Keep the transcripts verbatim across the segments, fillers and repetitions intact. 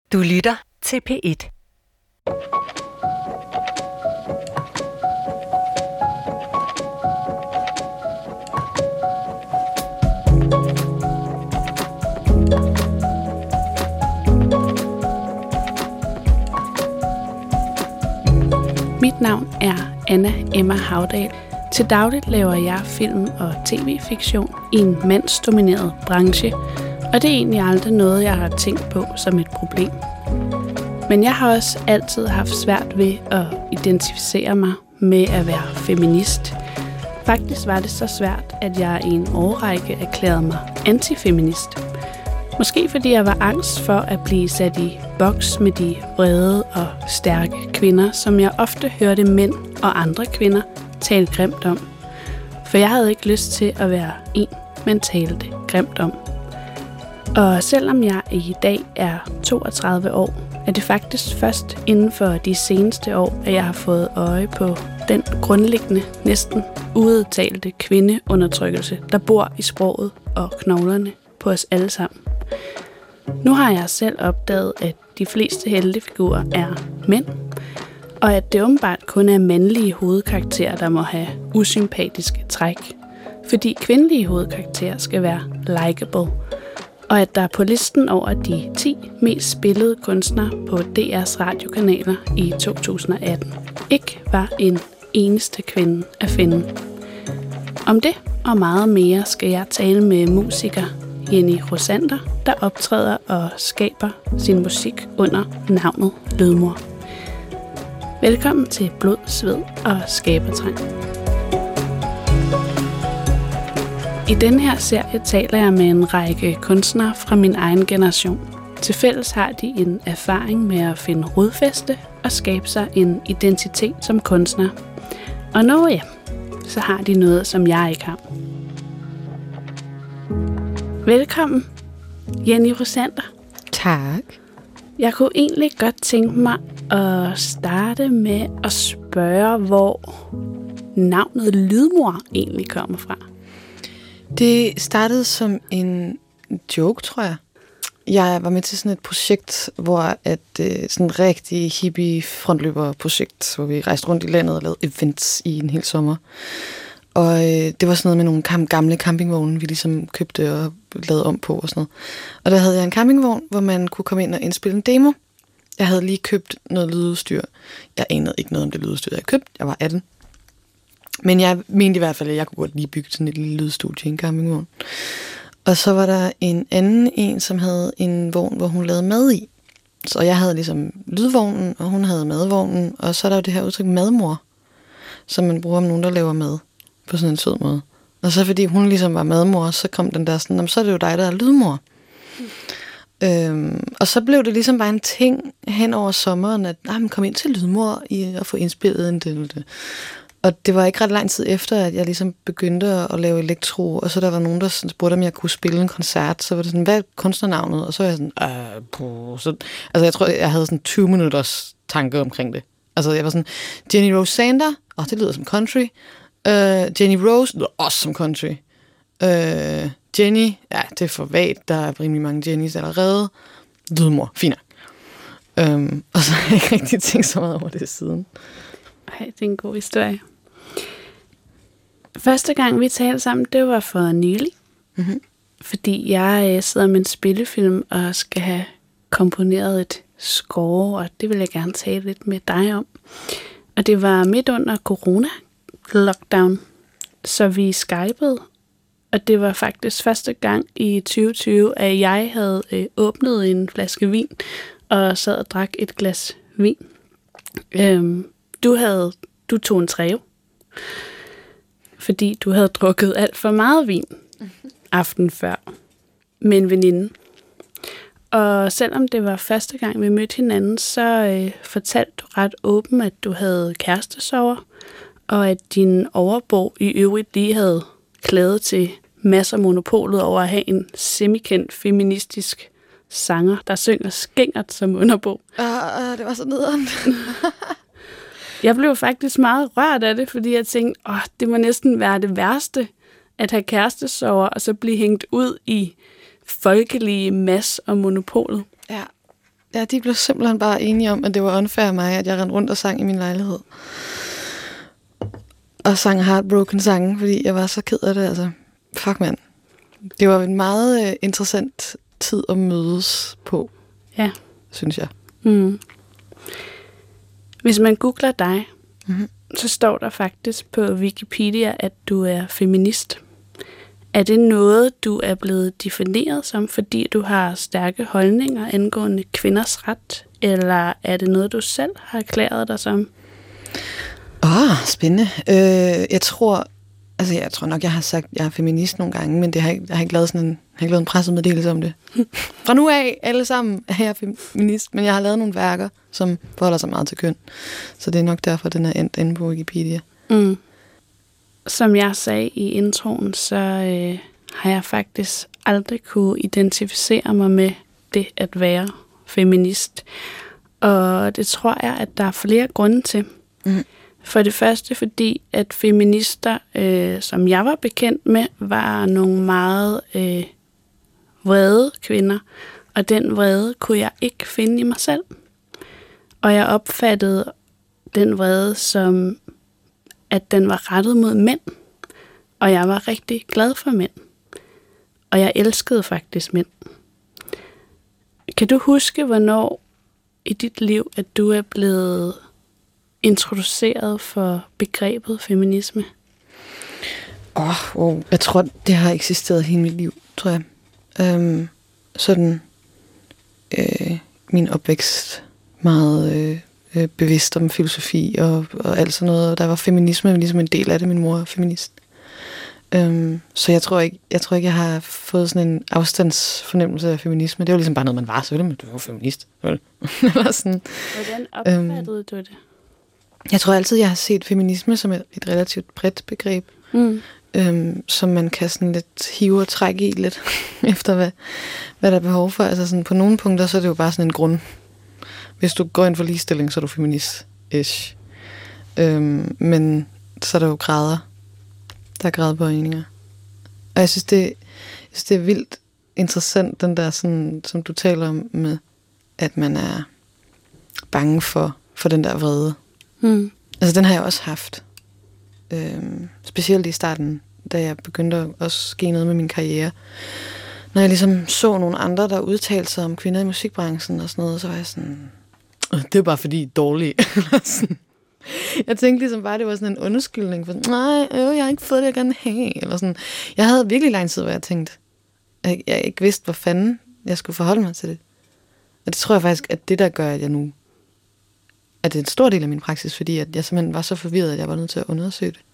Du lytter til P et. Mit navn er Anna Emma Havdal. Til dagligt laver jeg film og tv-fiktion i en mandsdomineret branche, og det er egentlig aldrig noget, jeg har tænkt på som et problem. Men jeg har også altid haft svært ved at identificere mig med at være feminist. Faktisk var det så svært, at jeg i en årrække erklærede mig antifeminist. Måske fordi jeg var angst for at blive sat i boks med de vrede og stærke kvinder, som jeg ofte hørte mænd og andre kvinder tale grimt om. For jeg havde ikke lyst til at være en, man talte grimt om. Og selvom jeg i dag er toogtredive år, er det faktisk først inden for de seneste år, at jeg har fået øje på den grundlæggende, næsten uudtalte kvindeundertrykkelse, der bor i sproget og knoglerne på os alle sammen. Nu har jeg selv opdaget, at de fleste heltefigurer er mænd, og at det åbenbart kun er mandlige hovedkarakterer, der må have usympatiske træk. Fordi kvindelige hovedkarakterer skal være likeable, og at der på listen over de ti mest spillede kunstnere på D R's radiokanaler i to tusind og atten ikke var en eneste kvinde at finde. Om det og meget mere skal jeg tale med musiker Jenny Rosander, der optræder og skaber sin musik under navnet Lydmor. Velkommen til Blod, Sved og Skabertrang. I denne her serie taler jeg med en række kunstnere fra min egen generation. Til fælles har de en erfaring med at finde rodfæste og skabe sig en identitet som kunstner. Og nå ja, så har de noget, som jeg ikke har. Velkommen, Jenny Rosander. Tak. Jeg kunne egentlig godt tænke mig at starte med at spørge, hvor navnet Lydmor egentlig kommer fra. Det startede som en joke, tror jeg. Jeg var med til sådan et projekt, hvor at sådan en rigtig hippie frontløberprojekt, hvor vi rejste rundt i landet og lavede events i en hel sommer. Og øh, det var sådan noget med nogle kam- gamle campingvogne, vi ligesom købte og lavede om på og sådan noget. Og der havde jeg en campingvogn, hvor man kunne komme ind og indspille en demo. Jeg havde lige købt noget lydudstyr. Jeg anede ikke noget om det lydudstyr, jeg købte. Jeg var atten. Men jeg mente i hvert fald, at jeg kunne godt lige bygge sådan et lille lydstudie i en campingvogn. Og så var der en anden en, som havde en vogn, hvor hun lavede mad i. Så jeg havde ligesom lydvognen, og hun havde madvognen. Og så er der jo det her udtryk madmor, som man bruger om nogen, der laver mad på sådan en sød måde. Og så fordi hun ligesom var madmor, så kom den der sådan, så er det jo dig, der er lydmor. Mm. Øhm, og så blev det ligesom bare en ting hen over sommeren, at man kom ind til lydmor i at få indspillet en del. Og det var ikke ret lang tid efter, at jeg ligesom begyndte at lave elektro, og så der var nogen, der spurgte, om jeg kunne spille en koncert. Så var det sådan, hvad er kunstnernavnet? Og så var jeg sådan, øh, puh. Så, altså jeg tror, jeg havde sådan tyve minutters tanke omkring det. Altså jeg var sådan, Jenny Rosander, åh, oh, det lyder som country. Uh, Jenny Rose lyder også som country. Uh, Jenny, ja, det er for vagt, der er rimelig mange Jennys allerede. Lydmor, fint. Um, og så har jeg ikke rigtig tænkt så meget over det siden. Ej, det er en god historie. Første gang vi talte sammen, det var for nylig. Mm-hmm. Fordi jeg sidder med en spillefilm og skal have komponeret et score, og det vil jeg gerne tale lidt med dig om. Og det var midt under corona-lockdown, så vi skypede, og det var faktisk første gang i tyve tyve, at jeg havde øh, åbnet en flaske vin og sad og drak et glas vin. Øhm, Du, havde, du tog en Treo, fordi du havde drukket alt for meget vin aften før med en veninde. Og selvom det var første gang, vi mødte hinanden, så øh, fortalte du ret åben, at du havde kærestesorger, og at din overbo i øvrigt lige havde klaget til masser af monopolet over at have en semikendt feministisk sanger, der synger skængert som underbo. Uh, uh, det var så nederen. Jeg blev faktisk meget rørt af det, fordi jeg tænkte, åh, det må næsten være det værste, at have kærestesorger, og så blive hængt ud i folkelige mas og monopolet. Ja. ja, de blev simpelthen bare enige om, at det var unfair af mig, at jeg rendte rundt og sang i min lejlighed. Og sang heartbroken sange, fordi jeg var så ked af det, altså. Fuck, mand. Det var en meget øh, interessant tid at mødes på, ja. Synes jeg. Mm. Hvis man googler dig, mm-hmm. så står der faktisk på Wikipedia, at du er feminist. Er det noget, du er blevet defineret som, fordi du har stærke holdninger angående kvinders ret, eller er det noget, du selv har erklæret dig som? Åh, oh, spændende. Øh, jeg tror, altså jeg tror nok, jeg har sagt, at jeg er feminist nogle gange, men det har ikke, jeg har ikke lavet sådan en, har ikke lavet en pressemeddelelse om det. Fra nu af, alle sammen, er jeg feminist, men jeg har lavet nogle værker, som forholder sig meget til køn. Så det er nok derfor, den er endt inde på Wikipedia. Mm. Som jeg sagde i introen, så øh, har jeg faktisk aldrig kunne identificere mig med det at være feminist. Og det tror jeg, at der er flere grunde til. Mm. For det første, fordi at feminister, øh, som jeg var bekendt med, var nogle meget øh, vrede kvinder. Og den vrede kunne jeg ikke finde i mig selv. Og jeg opfattede den vrede som, at den var rettet mod mænd. Og jeg var rigtig glad for mænd. Og jeg elskede faktisk mænd. Kan du huske, hvornår i dit liv, at du er blevet introduceret for begrebet feminisme? Åh, oh, wow. Jeg tror, det har eksisteret hele mit liv, tror jeg. Øhm, sådan øh, min opvækst meget øh, øh, bevidst om filosofi og, og alt sådan noget. Og der var feminisme ligesom en del af det. Min mor er feminist. Øhm, så jeg tror ikke, jeg tror ikke, jeg har fået sådan en afstandsfornemmelse af feminisme. Det var ligesom bare noget, man var, så men du var feminist. Eller sådan. Hvordan opfattede øhm, du det? Jeg tror altid, jeg har set feminisme som et, et relativt bredt begreb, mm. øhm, som man kan sådan lidt hive og trække i lidt, efter hvad, hvad der er behov for. Altså sådan, på nogle punkter, så er det jo bare sådan en grund. Hvis du går ind for ligestilling, så er du feminist-ish. Øhm, men så er der jo grader. Der er gradbøjninger. Og jeg synes, det, jeg synes, det er vildt interessant, den der, sådan, som du taler om, med, at man er bange for, for den der vrede. Mm. Altså, den har jeg også haft. Øhm, specielt i starten, da jeg begyndte at også ske noget med min karriere. Når jeg ligesom så nogle andre, der udtalte sig om kvinder i musikbranchen og sådan noget, så var jeg sådan, det er bare fordi, I er dårlige. Jeg tænkte ligesom bare, det var sådan en undskyldning for, nej, øh, jeg har ikke fået det, jeg gerne have. Eller sådan. Jeg havde virkelig lang tid, hvor jeg tænkte, at jeg ikke vidste, hvor fanden jeg skulle forholde mig til det. Og det tror jeg faktisk, at det der gør, at jeg nu, at det er en stor del af min praksis, fordi at jeg simpelthen var så forvirret, at jeg var nødt til at undersøge det.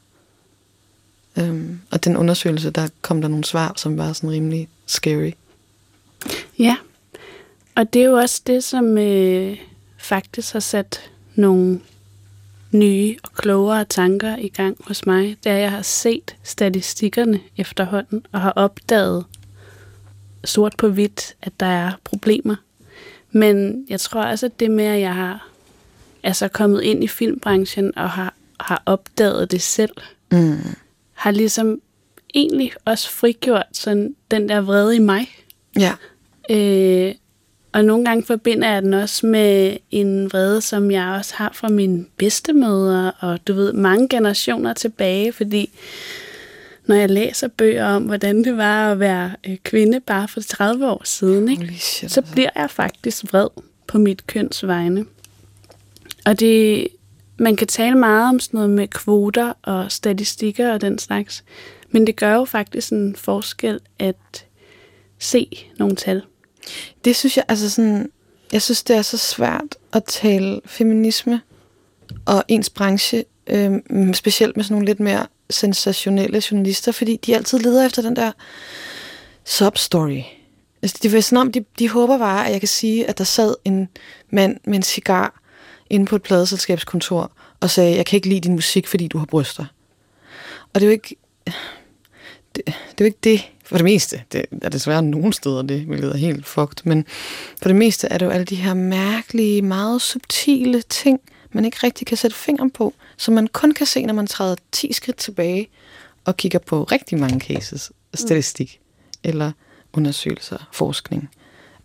Um, og den undersøgelse, der kom der nogle svar, som var sådan rimelig scary. Ja, og det er jo også det, som øh, faktisk har sat nogle nye og klogere tanker i gang hos mig, da jeg har set statistikkerne efterhånden, og har opdaget sort på hvidt, at der er problemer. Men jeg tror også, at det med, at jeg har altså kommet ind i filmbranchen, og har, har opdaget det selv, mm. har ligesom egentlig også frigjort sådan den der vrede i mig. Ja. Øh, Og nogle gange forbinder jeg den også med en vrede, som jeg også har fra mine bedstemødre, og du ved, mange generationer tilbage, fordi når jeg læser bøger om, hvordan det var at være kvinde bare for tredive år siden, ikke, shit, så bliver jeg faktisk vred på mit køns vegne. Og det, man kan tale meget om sådan noget med kvoter og statistikker og den slags, men det gør jo faktisk en forskel at se nogle tal. Det synes jeg, altså sådan, jeg synes, det er så svært at tale feminisme og ens branche, øh, specielt med sådan nogle lidt mere sensationelle journalister, fordi de altid leder efter den der substory. Altså, det er sådan om, de, de håber bare, at jeg kan sige, at der sad en mand med en cigar inde på et pladeselskabskontor og sagde, jeg kan ikke lide din musik, fordi du har bryster. Og det er jo ikke det, det er jo ikke det, for det meste. Det er desværre nogle steder det, hvilket er helt fucked, men for det meste er det jo alle de her mærkelige, meget subtile ting, man ikke rigtig kan sætte fingeren på, som man kun kan se, når man træder ti skridt tilbage og kigger på rigtig mange cases, statistik eller undersøgelser, forskning.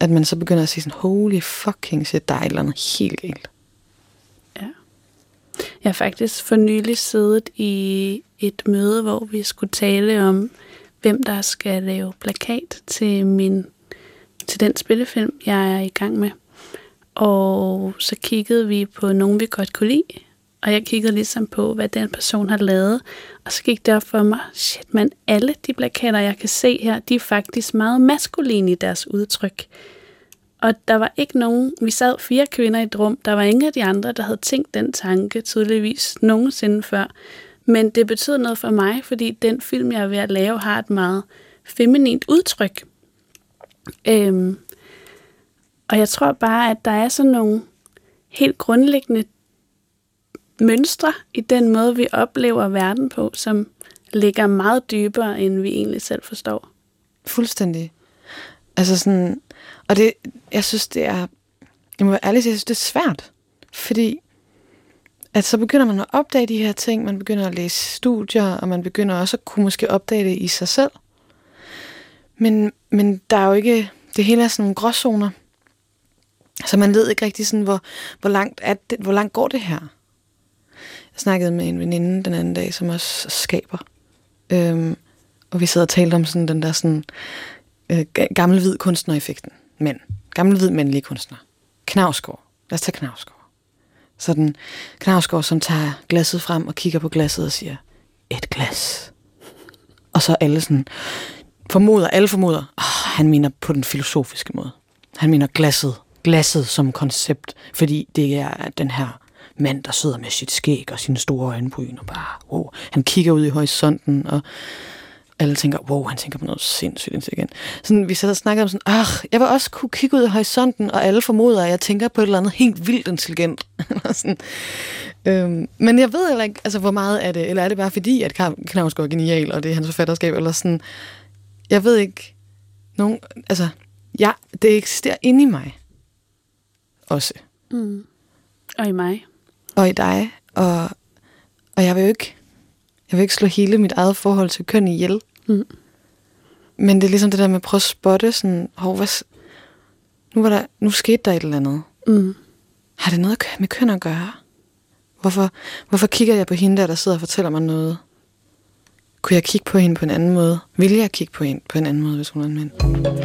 at man så begynder at sige sådan, holy fucking shit, der er et eller andet helt galt. Ja. Jeg har faktisk for nylig siddet i et møde, hvor vi skulle tale om, hvem der skal lave plakat til, min, til den spillefilm, jeg er i gang med. Og så kiggede vi på nogen, vi godt kunne lide, og jeg kiggede ligesom på, hvad den person har lavet, og så gik det op for mig, shit man, alle de plakater, jeg kan se her, de er faktisk meget maskuline i deres udtryk. Og der var ikke nogen, vi sad fire kvinder i et rum, der var ingen af de andre, der havde tænkt den tanke tydeligvis nogensinde før. Men det betød noget for mig, fordi den film, jeg er ved at lave, har et meget feminint udtryk. Øhm, og jeg tror bare, at der er sådan nogle helt grundlæggende mønstre i den måde, vi oplever verden på, som ligger meget dybere, end vi egentlig selv forstår. Fuldstændig. Altså sådan, og det, jeg synes, det er, jeg må være ærlig, jeg synes, det er svært, fordi at så begynder man at opdage de her ting, man begynder at læse studier, og man begynder også at kunne måske opdage det i sig selv. Men, men der er jo ikke, det hele er sådan nogle gråzoner, så man ved ikke rigtig sådan, hvor, hvor, langt er det, hvor langt går det her. Jeg snakkede med en veninde den anden dag, som også skaber, øhm, og vi sad og talte om sådan den der sådan, øh, gamle hvid kunstnereffekten. Mænd. Gamle hvid mandlige kunstner. Knausgård. Lad os tage Knausgård. Sådan Knausgård, som tager glasset frem og kigger på glasset og siger, et glas. Og så alle sådan, formoder, alle formoder, oh, han mener på den filosofiske måde. Han mener glasset, glasset som koncept, fordi det er den her mand, der sidder med sit skæg og sine store øjenbryn og bare, wow, han kigger ud i horisonten, og alle tænker, wow, han tænker på noget sindssygt intelligent. Sådan, vi sad og snakkede om sådan, ah, jeg vil også kunne kigge ud i horisonten, og alle formoder, at jeg tænker på et eller andet helt vildt intelligent. sådan. Øhm, men jeg ved heller ikke, altså, hvor meget er det, eller er det bare fordi, at Knausgård er genial, og det er hans forfatterskab, eller sådan, jeg ved ikke, nogen, altså, ja, det eksisterer inde i mig. Også. Mm. Og i mig. Og i dig, og, og jeg vil jo ikke, jeg vil ikke slå hele mit eget forhold til køn ihjel. Mm. Men det er ligesom det der med at prøve at spotte sådan, hov, hvad, nu, var der, nu skete der et eller andet. Mm. Har det noget med køn at gøre? Hvorfor, hvorfor kigger jeg på hende der, der sidder og fortæller mig noget? Kunne jeg kigge på hende på en anden måde? Vil jeg kigge på hende på en anden måde, hvis hun er en mand?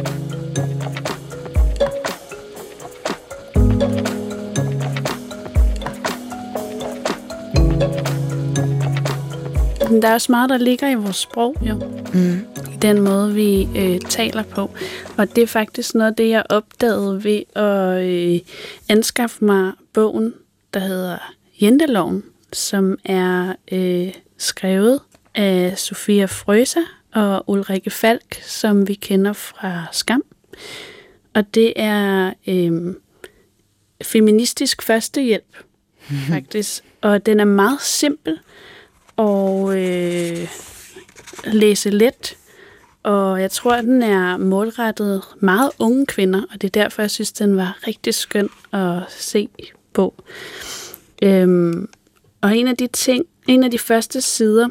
Der er også meget, der ligger i vores sprog, jo. Mm. I den måde, vi øh, taler på. Og det er faktisk noget af det, jeg opdagede ved at øh, anskaffe mig bogen, der hedder Jenteloven, som er øh, skrevet af Sofia Frøsa og Ulrike Falk, som vi kender fra Skam. Og det er øh, feministisk førstehjælp, faktisk. Og den er meget simpel og øh, læse let, og jeg tror, at den er målrettet meget unge kvinder, og det er derfor, jeg synes, den var rigtig skøn at se på. Øhm, og en af de ting, en af de første sider,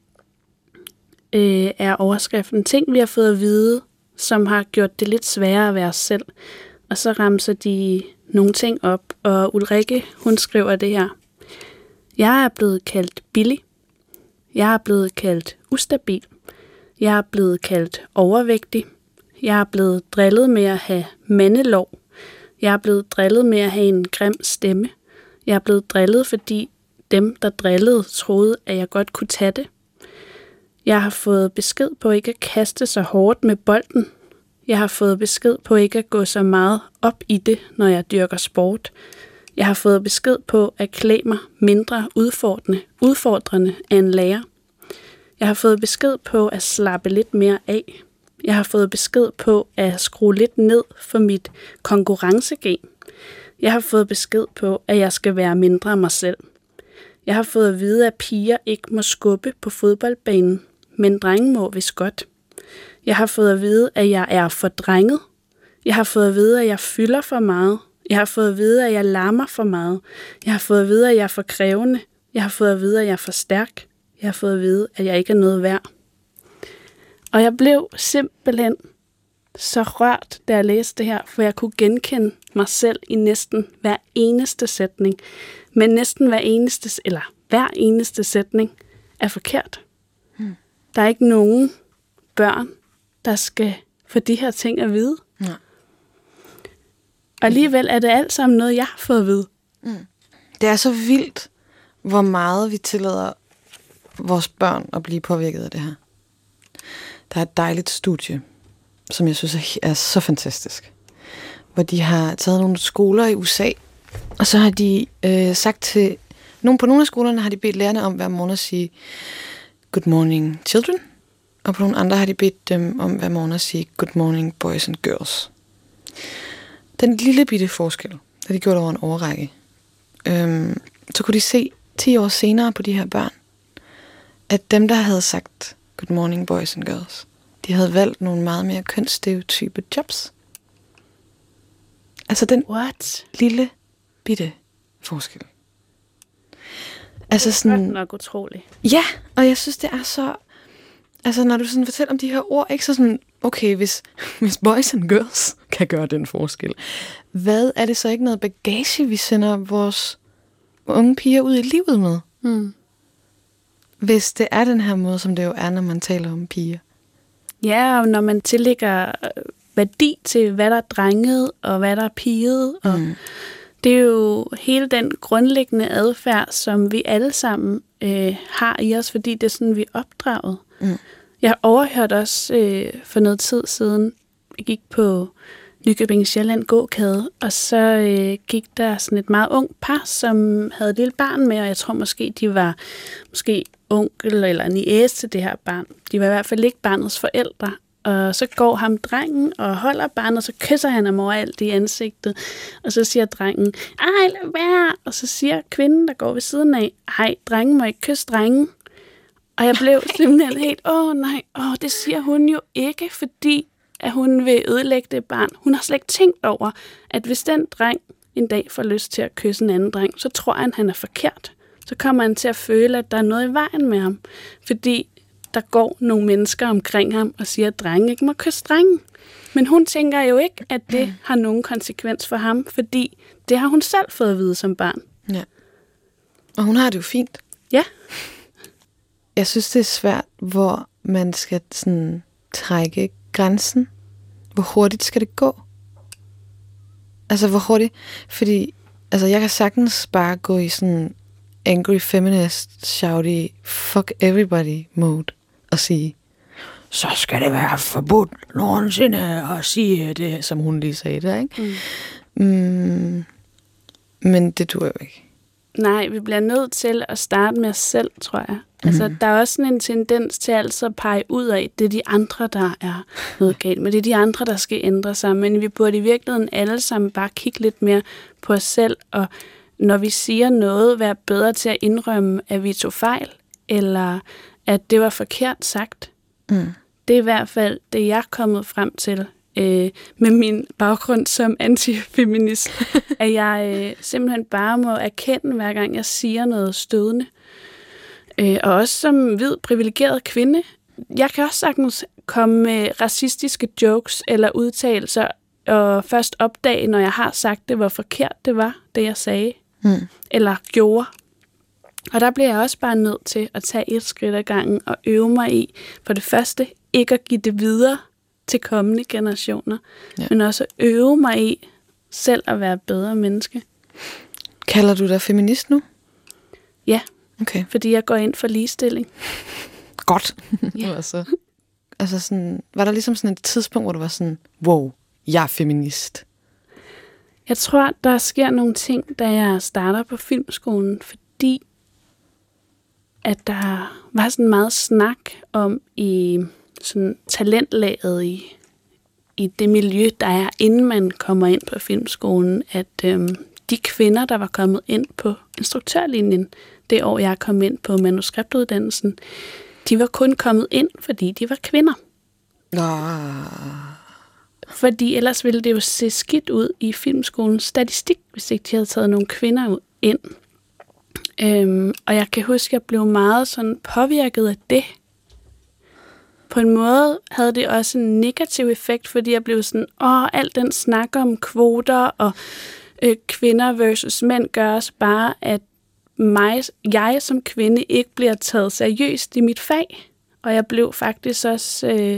øh, er overskriften ting, vi har fået at vide, som har gjort det lidt sværere at være os selv. Og så ramser de nogle ting op, og Ulrike, hun skriver det her. Jeg er blevet kaldt billig. Jeg er blevet kaldt ustabil. Jeg er blevet kaldt overvægtig. Jeg er blevet drillet med at have mandelov. Jeg er blevet drillet med at have en grim stemme. Jeg er blevet drillet, fordi dem, der drillede, troede, at jeg godt kunne tage det. Jeg har fået besked på ikke at kaste så hårdt med bolden. Jeg har fået besked på ikke at gå så meget op i det, når jeg dyrker sport. Jeg har fået besked på at klæde mig mindre udfordrende, udfordrende af en lærer. Jeg har fået besked på at slappe lidt mere af. Jeg har fået besked på at skrue lidt ned for mit konkurrencegen. Jeg har fået besked på, at jeg skal være mindre af mig selv. Jeg har fået at vide, at piger ikke må skubbe på fodboldbanen, men drenge må vist godt. Jeg har fået at vide, at jeg er for drenget. Jeg har fået at vide, at jeg fylder for meget. Jeg har fået at vide, at jeg larmer for meget. Jeg har fået at vide, at jeg er for krævende. Jeg har fået at vide, at jeg er for stærk. Jeg har fået at vide, at jeg ikke er noget værd. Og jeg blev simpelthen så rørt, da jeg læste det her, for jeg kunne genkende mig selv i næsten hver eneste sætning. Men næsten hver eneste, eller hver eneste sætning er forkert. Hmm. Der er ikke nogen børn, der skal få de her ting at vide. Ja. Og alligevel er det alt sammen noget, jeg har fået at vide. Mm. Det er så vildt, hvor meget vi tillader vores børn at blive påvirket af det her. Der er et dejligt studie, som jeg synes er så fantastisk, hvor de har taget nogle skoler i U S A, og så har de øh, sagt til nogle på nogle af skolerne har de bedt lærerne om hver morgen at sige good morning children, og på nogle andre har de bedt dem om hver morgen at sige good morning boys and girls. Den lille bitte forskel, da de gjorde det over en årrække, øhm, så kunne de se ti år senere på de her børn, at dem, der havde sagt good morning boys and girls, de havde valgt nogle meget mere kønsstereotype jobs. Altså den What? lille bitte forskel. Altså sådan, det er nok utroligt. Ja, og jeg synes, det er så... Altså, når du sådan fortæller om de her ord, ikke så sådan, okay, hvis, hvis boys and girls kan gøre den forskel, hvad er det så ikke noget bagage, vi sender vores unge piger ud i livet med? Hmm. Hvis det er den her måde, som det jo er, når man taler om piger. Ja, og når man tillægger værdi til, hvad der er drenget, og hvad der er piget, og hmm. det er jo hele den grundlæggende adfærd, som vi alle sammen øh, har i os, fordi det er sådan, vi er opdraget. Mm. Jeg har overhørt også øh, for noget tid siden, jeg gik på Nykøbing Sjælland gåkade, og så øh, gik der sådan et meget ung par, som havde et lille barn med, og jeg tror måske, de var måske onkel eller niece til det her barn. De var i hvert fald ikke barnets forældre. Og så går ham drengen og holder barnet, og så kysser han ham overalt i ansigtet. Og så siger drengen, ej, lad være. Og så siger kvinden, der går ved siden af, ej, drengen må ikke kysse drengen. Og jeg blev simpelthen helt, åh nej, åh, det siger hun jo ikke, fordi at hun vil ødelægge det barn. Hun har slet ikke tænkt over, at hvis den dreng en dag får lyst til at kysse en anden dreng, så tror han, han er forkert. Så kommer han til at føle, at der er noget i vejen med ham. Fordi der går nogle mennesker omkring ham og siger, at drengen ikke må kysse drengen. Men hun tænker jo ikke, at det har nogen konsekvens for ham, fordi det har hun selv fået at vide som barn. Ja. Og hun har det jo fint. Ja. Jeg synes, det er svært, hvor man skal sådan trække grænsen. Hvor hurtigt skal det gå? Altså, hvor hurtigt? Fordi altså, jeg kan sagtens bare gå i sådan angry feminist, shouty, fuck everybody mode og sige, så skal det være forbudt nogensinde at sige det, som hun lige sagde det, ikke? Mm. Mm, men det duer jo ikke. Nej, vi bliver nødt til at starte med os selv, tror jeg. Mm. Altså, der er også sådan en tendens til altså at pege ud af, det er de andre, der er noget galt, men det er de andre, der skal ændre sig. Men vi burde i virkeligheden alle sammen bare kigge lidt mere på os selv, og når vi siger noget, være bedre til at indrømme, at vi tog fejl, eller at det var forkert sagt. Mm. Det er i hvert fald det, jeg er kommet frem til øh, med min baggrund som antifeminist, at jeg øh, simpelthen bare må erkende, hver gang jeg siger noget stødende. Øh, og også som hvid, privilegeret kvinde, jeg kan også sagtens komme med racistiske jokes eller udtalelser, og først opdage, når jeg har sagt det, hvor forkert det var, det jeg sagde, mm. eller gjorde. Og der bliver jeg også bare nødt til at tage et skridt ad gangen og øve mig i, for det første, ikke at give det videre til kommende generationer, ja. Men også at øve mig i selv at være bedre menneske. Kalder du dig feminist nu? Ja, okay. Fordi jeg går ind for ligestilling. Godt. Ja. altså, altså sådan, var der ligesom sådan et tidspunkt, hvor du var sådan, wow, jeg er feminist? Jeg tror, der sker nogle ting, da jeg starter på filmskolen, fordi at der var sådan meget snak om i sådan talentlaget i, i det miljø, der er, inden man kommer ind på filmskolen, at øhm, de kvinder, der var kommet ind på instruktørlinjen, det år, jeg kom ind på manuskriptuddannelsen, de var kun kommet ind, fordi de var kvinder. Ah. Fordi ellers ville det jo se skidt ud i filmskolens statistik, hvis ikke de havde taget nogle kvinder ind. Øhm, og jeg kan huske, at jeg blev meget sådan påvirket af det. på en måde havde det også en negativ effekt, fordi jeg blev sådan, åh, alt den snak om kvoter og øh, kvinder versus mænd gør også bare, at mig, jeg som kvinde ikke bliver taget seriøst i mit fag. Og jeg blev faktisk også øh,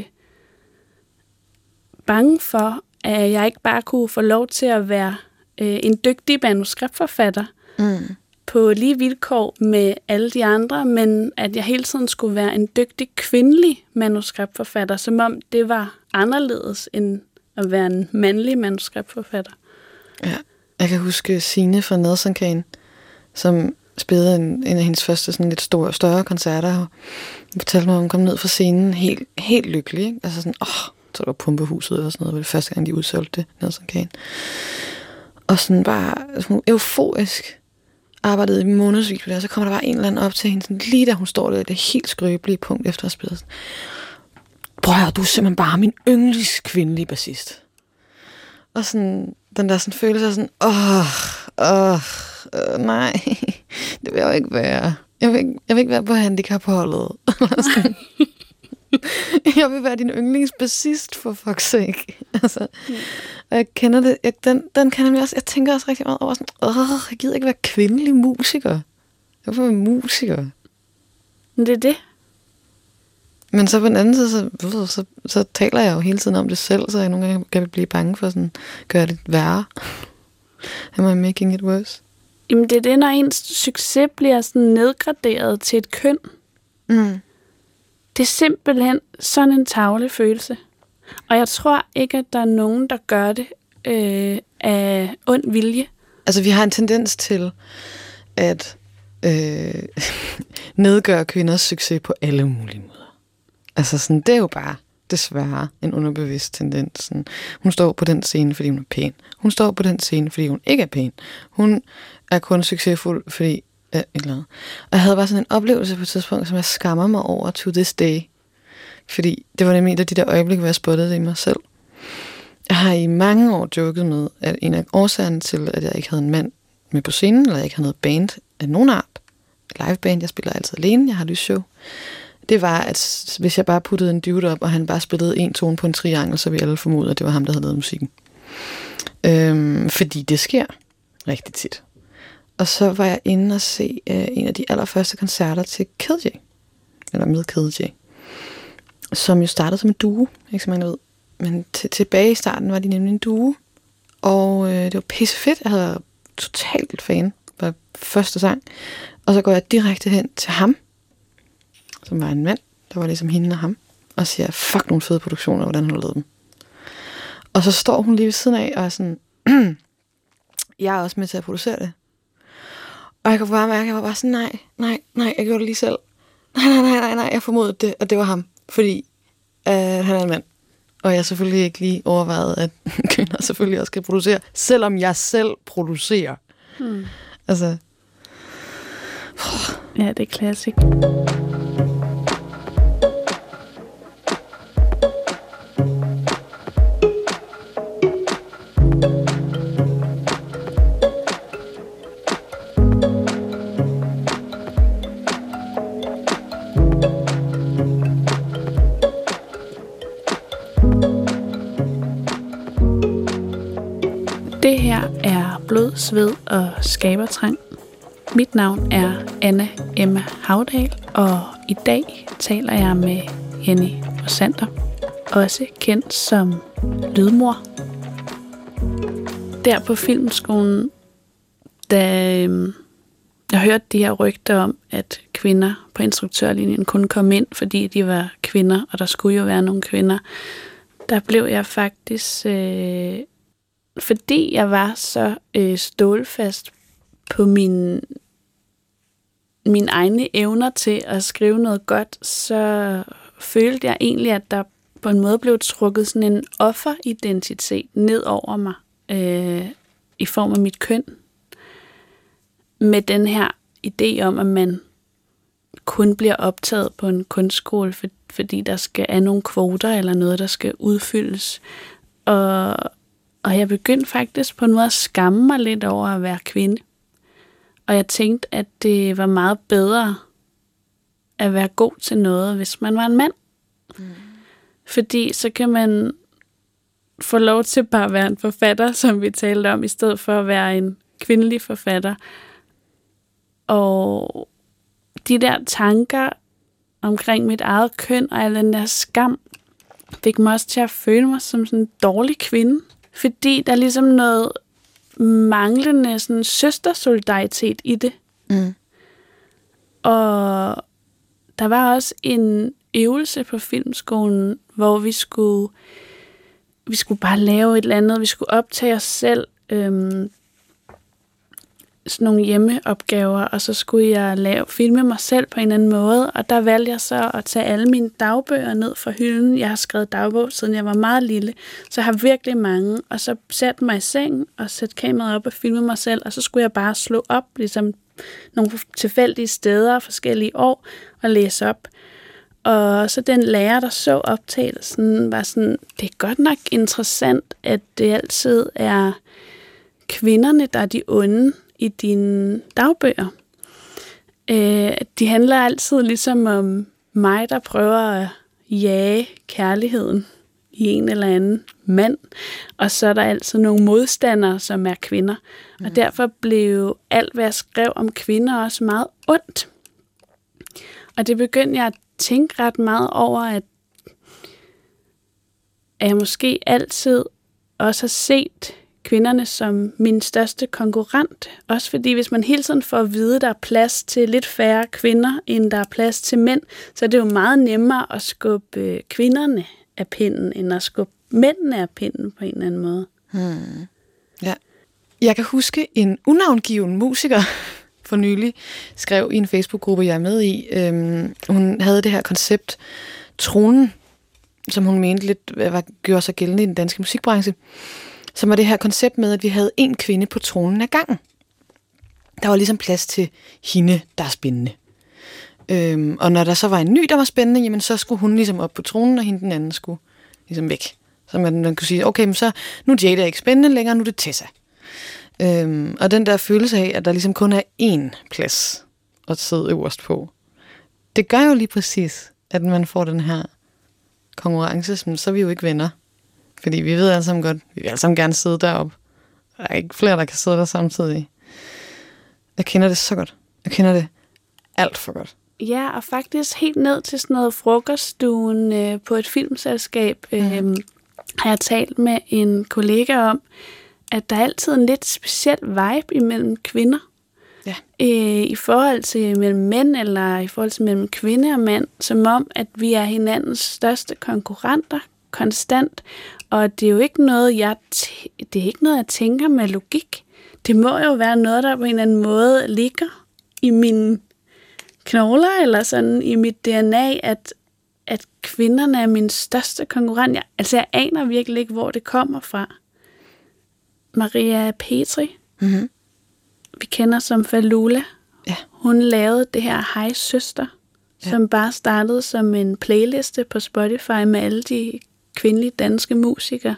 bange for, at jeg ikke bare kunne få lov til at være øh, en dygtig manuskriptforfatter mm. på lige vilkår med alle de andre, men at jeg hele tiden skulle være en dygtig kvindelig manuskriptforfatter, som om det var anderledes end at være en mandlig manuskriptforfatter. Ja, jeg kan huske Signe fra Nelson Kane, som spillede en, en af hendes første sådan lidt store, større koncerter, og hun fortalte mig, at hun kom ned fra scenen helt, helt lykkelig. Ikke? Altså sådan, åh, så det var Pumpehuset eller sådan noget, det var det første gang, de udsolgte det, Nelson Kane. Og sådan bare sådan euforisk arbejdede i månedsvis på det, og så kommer der bare en eller anden op til hende, sådan, lige da hun står der, det helt skrøbelige punkt efter at have spillet. Prøv at høre, du er simpelthen bare min yndlings kvindelige bassist. Og sådan, den der sådan følelse af sådan, åh, åh, øh, nej, det vil jeg jo ikke være. Jeg vil ikke, jeg vil ikke være på handicapholdet. Jeg vil være din yndlingsbassist, for fuck's sake. Altså, mm. Og jeg kender det, jeg, den, den kender jeg også, jeg tænker også rigtig meget over sådan, åh, jeg gider ikke være kvindelig musiker. Jeg vil være musiker. Men det er det. Men så på den anden side, så, så, så, så taler jeg jo hele tiden om det selv, så jeg nogle gange kan blive bange for sådan, gøre det værre. Am I making it worse? Jamen det er det, når ens succes bliver sådan nedgraderet til et køn. Mm. Det er simpelthen sådan en tarvelig følelse. Og jeg tror ikke, at der er nogen, der gør det øh, af ond vilje. Altså vi har en tendens til at øh, nedgøre kvinders succes på alle mulige måder. Altså sådan, det er jo bare desværre en underbevidst tendens. Sådan, hun står på den scene, fordi hun er pæn. Hun står på den scene, fordi hun ikke er pæn. Hun er kun succesfuld, fordi ja, et eller andet. Og jeg havde bare sådan en oplevelse på et tidspunkt, som jeg skammer mig over to this day. Fordi det var nemlig et af de der øjeblikke, hvor jeg spottede det i mig selv. Jeg har i mange år joket med, at en af årsagerne til, at jeg ikke havde en mand med på scenen, eller jeg ikke havde noget band af nogen art, liveband, jeg spiller altid alene, jeg har lysshow, det var, at hvis jeg bare puttede en dude op, og han bare spillede en tone på en triangel, så vi alle formodede, at det var ham, der havde lavet musikken. Øhm, fordi det sker rigtig tit. Og så var jeg inde og se øh, en af de allerførste koncerter til Kid J, eller med Kid J, som jo startede som en duo, ikke så mange ved. Men t- tilbage i starten var de nemlig en duo, og øh, det var pisse fedt. Jeg havde totalt fan for første sang, og så går jeg direkte hen til ham, som var en mand, der var ligesom hende og ham, og siger, fuck nogle fede produktioner, hvordan har du lavet dem? Og så står hun lige ved siden af, og er sådan, jeg er også med til at producere det. Og jeg kunne bare mærke, at jeg var bare sådan, nej, nej, nej, jeg gjorde det lige selv. Nej, nej, nej, nej, nej, jeg formodede det, og det var ham, fordi øh, han er en mand. Og jeg selvfølgelig ikke lige overvejet, at kvinder selvfølgelig også kan producere, selvom jeg selv producerer. Hmm. Altså. Ja, det er klassik. Det her er Blod, Sved og Skabertrang. Mit navn er Anna Emma Havdal, og i dag taler jeg med Jenny Rosander, også kendt som Lydmor. Der på Filmskolen, da øh, jeg hørte de her rygter om, at kvinder på instruktørlinjen kunne komme ind, fordi de var kvinder, og der skulle jo være nogle kvinder, der blev jeg faktisk... Øh, fordi jeg var så øh, stålfast på min, mine egne evner til at skrive noget godt, så følte jeg egentlig, at der på en måde blev trukket sådan en offeridentitet ned over mig øh, i form af mit køn. Med den her idé om, at man kun bliver optaget på en kunstskole, for, fordi der skal er nogle kvoter eller noget, der skal udfyldes. Og Og jeg begyndte faktisk på en måde at skamme mig lidt over at være kvinde. Og jeg tænkte, at det var meget bedre at være god til noget, hvis man var en mand. Mm. Fordi så kan man få lov til bare at være en forfatter, som vi talte om, i stedet for at være en kvindelig forfatter. Og de der tanker omkring mit eget køn og al den der skam, fik mig også til at føle mig som sådan en dårlig kvinde. Fordi der er ligesom noget manglende sådan søstersolidaritet i det. Mm. Og der var også en øvelse på filmskolen, hvor vi skulle, vi skulle bare lave et eller andet. Vi skulle optage os selv, øhm, sådan nogle hjemmeopgaver, og så skulle jeg lave, filme mig selv på en eller anden måde, og der valgte jeg så at tage alle mine dagbøger ned fra hylden. Jeg har skrevet dagbog, siden jeg var meget lille, så jeg har virkelig mange, og så sætte mig i sengen, og sætte kameraet op og filme mig selv, og så skulle jeg bare slå op, ligesom nogle tilfældige steder, forskellige år, og læse op. Og så den lærer, der så optagelsen, var sådan, det er godt nok interessant, at det altid er kvinderne, der er de onde i dine dagbøger. Øh, de handler altid ligesom om mig, der prøver at jage kærligheden i en eller anden mand, og så er der altid nogle modstandere, som er kvinder. Mm. Og derfor blev alt, hvad jeg skrev om kvinder, også meget ondt. Og det begyndte jeg at tænke ret meget over, at, at jeg måske altid også har set kvinderne som min største konkurrent. Også fordi, hvis man hele tiden får at vide, at der er plads til lidt færre kvinder, end der er plads til mænd, så er det jo meget nemmere at skubbe kvinderne af pinden, end at skubbe mændene af pinden på en eller anden måde. Hmm. Ja. Jeg kan huske en unavngiven musiker for nylig skrev i en Facebook-gruppe, jeg er med i. Øhm, hun havde det her koncept, tronen, som hun mente lidt var, gjorde sig gældende i den danske musikbranche, som var det her koncept med, at vi havde en kvinde på tronen ad gangen. Der var ligesom plads til hende, der er spændende. Øhm, og når der så var en ny, der var spændende, jamen så skulle hun ligesom op på tronen, og hende den anden skulle ligesom væk. Så man, man kunne sige, okay, men så nu er Jada ikke spændende længere, nu er det Tessa. Øhm, og den der følelse af, at der ligesom kun er én plads at sidde øverst på, det gør jo lige præcis, at man får den her konkurrence, så er vi jo ikke venner. Fordi vi ved alle sammen godt, vi vil alle sammen gerne sidde deroppe. Der er ikke flere, der kan sidde der samtidig. Jeg kender det så godt. Jeg kender det alt for godt. Ja, og faktisk helt ned til sådan noget frokoststuen øh, på et filmselskab, øh, mm. har jeg talt med en kollega om, at der er altid en lidt speciel vibe imellem kvinder. Ja. Øh, I forhold til mellem mænd, eller i forhold til mellem kvinde og mand, som om, at vi er hinandens største konkurrenter konstant. Og det er jo ikke noget, jeg, t- det er ikke noget, jeg tænker med logik. Det må jo være noget, der på en eller anden måde ligger i mine knogler, eller sådan i mit D N A, at, at kvinderne er min største konkurrent. Jeg, altså, jeg aner virkelig ikke, hvor det kommer fra. Maria Petri, mm-hmm. vi kender som Falula. Ja. Hun lavede det her Hej Søster, ja. Som bare startede som en playliste på Spotify med alle de kvindelige danske musikere.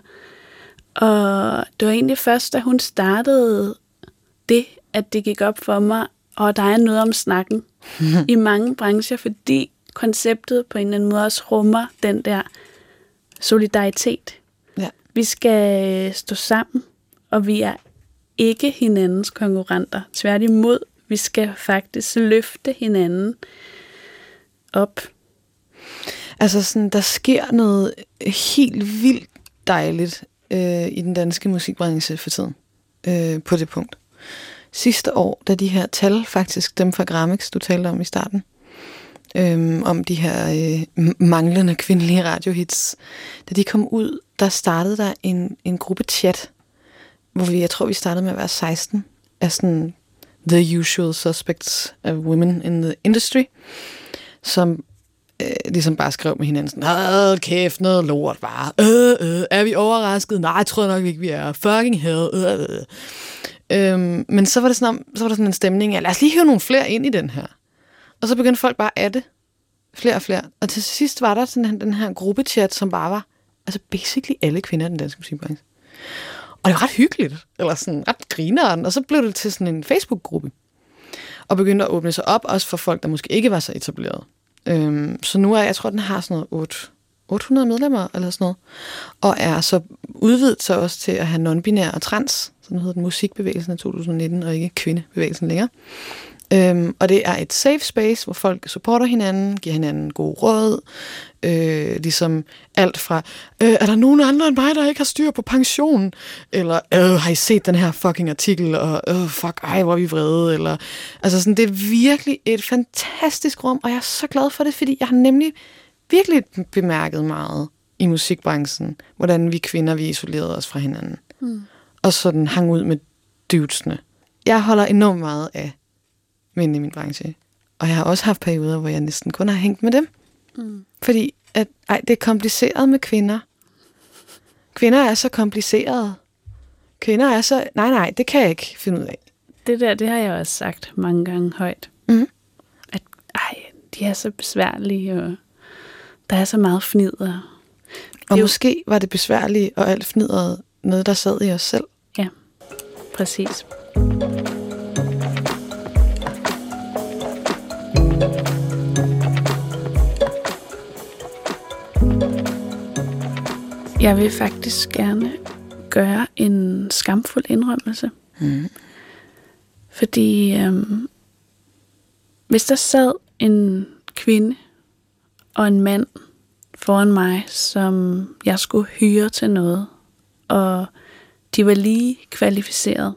Og det var egentlig først, da hun startede det, at det gik op for mig, og der er noget om snakken i mange brancher, fordi konceptet på en eller anden måde også rummer den der solidaritet. Ja. Vi skal stå sammen, og vi er ikke hinandens konkurrenter. Tværtimod, vi skal faktisk løfte hinanden op. Altså sådan, der sker noget helt vildt dejligt øh, i den danske musikbranche for tiden, øh, på det punkt. Sidste år, da de her tal, faktisk dem fra Grammix, du talte om i starten, øh, om de her øh, manglende kvindelige radiohits, da de kom ud, der startede der en, en gruppe chat, hvor vi, jeg tror, vi startede med at være seksten, af sådan the usual suspects of women in the industry, som øh, ligesom bare skrev med hinanden sådan, åh, kæft, noget lort bare, øh, øh, er vi overrasket? Nej, jeg tror nok ikke, vi er. Fucking hell. Øh, øh. Øhm, men så var, det sådan, så var der sådan en stemning af, lad os lige hive nogle flere ind i den her. Og så begyndte folk bare at det. Flere og flere. Og til sidst var der sådan den her gruppechat, som bare var, altså basically alle kvinder i den danske musikbranche. Og det var ret hyggeligt, eller sådan ret grineren, og så blev det til sådan en Facebook-gruppe. Og begyndte at åbne sig op, også for folk, der måske ikke var så etableret. Øhm, så nu er, jeg tror, den har sådan noget otte hundrede medlemmer, eller sådan noget. Og er så udvidet så også til at have non-binær og trans, sådan hedder den musikbevægelsen af to tusind nitten, og ikke kvindebevægelsen længere. Øhm, og det er et safe space, hvor folk supporter hinanden, giver hinanden gode råd, øh, ligesom alt fra, øh, er der nogen andre end mig, der ikke har styr på pension? Eller, øh, har I set den her fucking artikel? Og, øh, fuck, ej, hvor er vi vrede? Eller, altså sådan, det er virkelig et fantastisk rum, og jeg er så glad for det, fordi jeg har nemlig virkelig bemærket meget i musikbranchen, hvordan vi kvinder, vi isolerede os fra hinanden. Mm. Og sådan hang ud med dudesene. Jeg holder enormt meget af mænd i min branche. Og jeg har også haft perioder, hvor jeg næsten kun har hængt med dem. Mm. Fordi at, ej, det er kompliceret med kvinder. Kvinder er så komplicerede. Kvinder er så... Nej, nej, det kan jeg ikke finde ud af. Det der, det har jeg også sagt mange gange højt. Mm. At ej, de er så besværlige, og der er så meget fnider. Og jo... måske var det besværlige og alt fnidret noget, der sad i os selv. Ja, præcis. Jeg vil faktisk gerne gøre en skamfuld indrømmelse. Mm. Fordi øhm, hvis der sad en kvinde og en mand foran mig, som jeg skulle hyre til noget, og de var lige kvalificeret,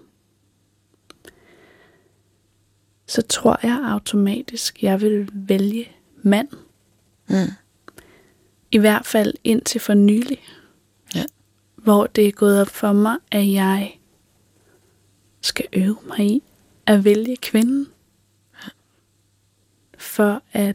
så tror jeg automatisk, jeg vil vælge mand. Mm. I hvert fald indtil for nylig. Ja. Hvor det er gået op for mig, at jeg skal øve mig i at vælge kvinden. Ja. For at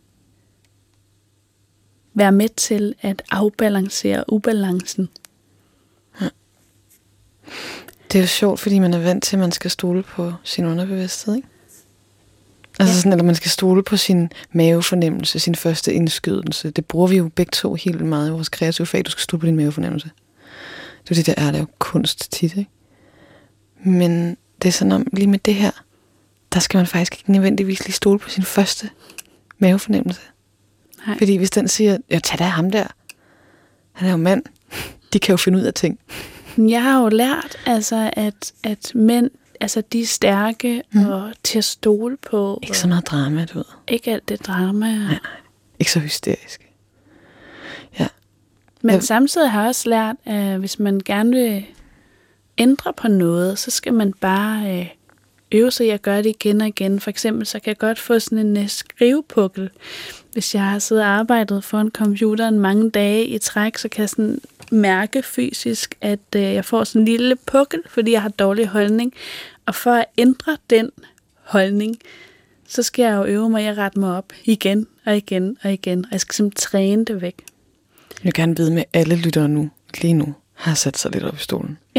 være med til at afbalancere ubalancen. Ja. Det er jo sjovt, fordi man er vant til, at man skal stole på sin underbevidsthed, ikke? Altså ja. sådan, eller man skal stole på sin mavefornemmelse, sin første indskydelse. Det bruger vi jo begge to helt meget i vores kreative fag. Du skal stole på din mavefornemmelse. Det er det, der er, det er jo kunst tit, ikke? Men det er sådan om, lige med det her, der skal man faktisk ikke nødvendigvis lige stole på sin første mavefornemmelse. Nej. Fordi hvis den siger, ja, tag da ham der. Han er jo mand. De kan jo finde ud af ting. Jeg har jo lært, altså, at, at mænd, altså, de er stærke mm. og til at stole på. Ikke så meget drama, du ved. Ikke alt det drama. Nej, nej. Ikke så hysterisk. Ja. Men jeg... samtidig har jeg også lært, at hvis man gerne vil ændre på noget, så skal man bare øh, øve sig i at gøre det igen og igen. For eksempel, så kan jeg godt få sådan en øh, skrivepukkel. Hvis jeg har siddet og arbejdet foran computeren mange dage i træk, så kan jeg sådan mærke fysisk, at øh, jeg får sådan en lille pukkel, fordi jeg har dårlig holdning. Og for at ændre den holdning, så skal jeg jo øve mig i at rette mig op igen og igen og igen. Og jeg skal simpelthen træne det væk. Jeg vil gerne vide med, at alle lyttere nu, lige nu, har sat sig lidt op i stolen. Ja.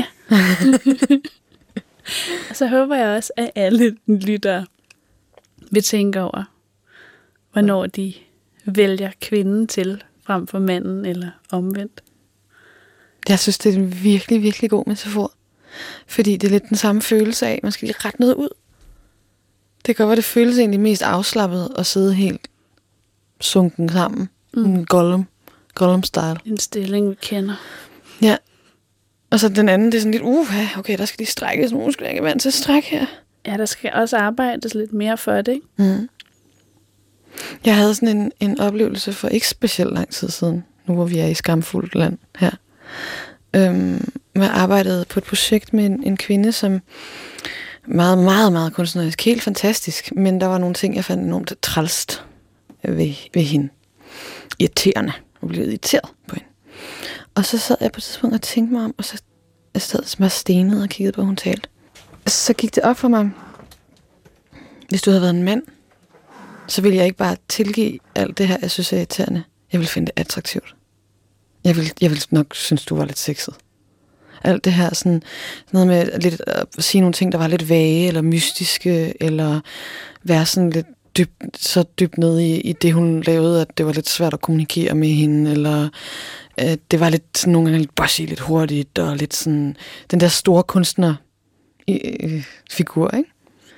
Og så håber jeg også, at alle lyttere vil tænke over, hvornår de vælger kvinden til frem for manden eller omvendt. Jeg synes, det er en virkelig, virkelig god metafor. Fordi det er lidt den samme følelse af, man skal lige rette noget ud. Det kan godt være, det føles egentlig mest afslappet at sidde helt sunken sammen. Mm. Gollum. Gollum-style. En stilling, vi kender. Ja. Og så den anden, det er sådan lidt, uh, okay, der skal lige strækkes nogle muskler, jeg er vant til at strække her. Ja, der skal også arbejdes lidt mere for det, ikke? Mm. Jeg havde sådan en, en oplevelse for ikke specielt lang tid siden, nu hvor vi er i skamfuldt land her. Øhm, jeg arbejdede på et projekt med en, en kvinde, som meget, meget, meget kunstnerisk, helt fantastisk, men der var nogle ting, jeg fandt enormt trælst ved, ved hende. Irriterende. Jeg blev irriteret på hende. Og så sad jeg på et tidspunkt og tænkte mig om, og så jeg sad bare stenet og kiggede på, hvad hun talte. Så gik det op for mig, hvis du havde været en mand, så ville jeg ikke bare tilgive alt det her, jeg synes er irriterende. Jeg ville finde det attraktivt. Jeg ville, jeg ville nok synes, du var lidt sexet. Alt det her, sådan noget med lidt, at sige nogle ting, der var lidt vage, eller mystiske, eller være sådan lidt dybt, så dybt nede i, i det, hun lavede, at det var lidt svært at kommunikere med hende, eller at det var lidt sådan nogle gange lidt bossy, lidt hurtigt, og lidt sådan den der store kunstner-figur, ikke?